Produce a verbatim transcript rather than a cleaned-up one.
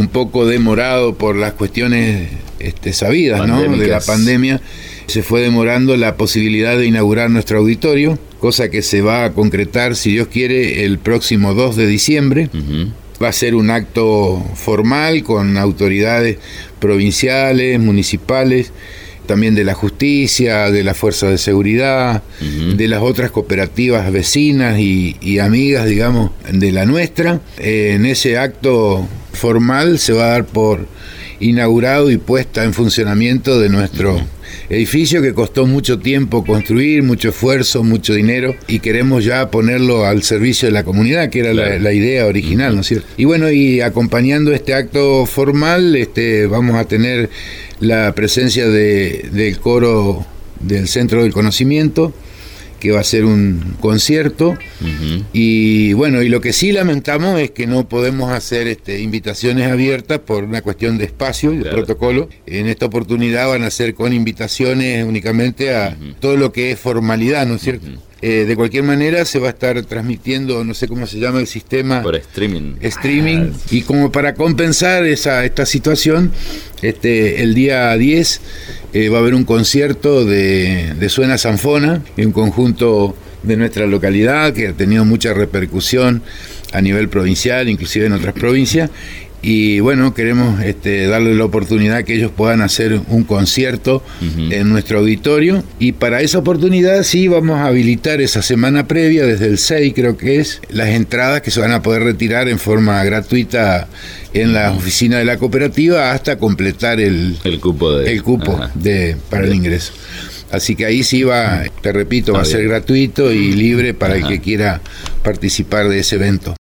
un poco demorado por las cuestiones este, sabidas, ¿no?, de la pandemia. Se fue demorando la posibilidad de inaugurar nuestro auditorio, cosa que se va a concretar, si Dios quiere, el próximo dos de diciembre. Uh-huh. Va a ser un acto formal con autoridades provinciales, municipales, también de la justicia, de las fuerzas de seguridad, uh-huh. de las otras cooperativas vecinas y, y amigas, digamos, de la nuestra. Eh, en ese acto formal se va a dar por inaugurado y puesta en funcionamiento de nuestro uh-huh. edificio, que costó mucho tiempo construir, mucho esfuerzo, mucho dinero, y queremos ya ponerlo al servicio de la comunidad, que era claro. la, la idea original, ¿no es cierto? Y bueno, y acompañando este acto formal, este, vamos a tener la presencia de, del coro del Centro del Conocimiento, que va a ser un concierto. Uh-huh. Y bueno, y lo que sí lamentamos es que no podemos hacer este, invitaciones abiertas por una cuestión de espacio y de claro. protocolo. En esta oportunidad van a ser con invitaciones únicamente a uh-huh. todo lo que es formalidad, ¿no es cierto? Uh-huh. Eh, de cualquier manera se va a estar transmitiendo, no sé cómo se llama el sistema, por streaming, streaming ah, y como para compensar esa esta situación, este el día diez eh, va a haber un concierto de, de Suena Sanfona, un conjunto de nuestra localidad que ha tenido mucha repercusión a nivel provincial, inclusive en otras provincias. Y bueno, queremos este, darle la oportunidad que ellos puedan hacer un concierto uh-huh. en nuestro auditorio. Y para esa oportunidad sí vamos a habilitar esa semana previa, desde el seis creo que es, las entradas que se van a poder retirar en forma gratuita en la uh-huh. oficina de la cooperativa hasta completar el, el cupo, de, el cupo de, para el ingreso. Así que ahí sí va, te repito, va a ser gratuito y libre para uh-huh. el que quiera participar de ese evento.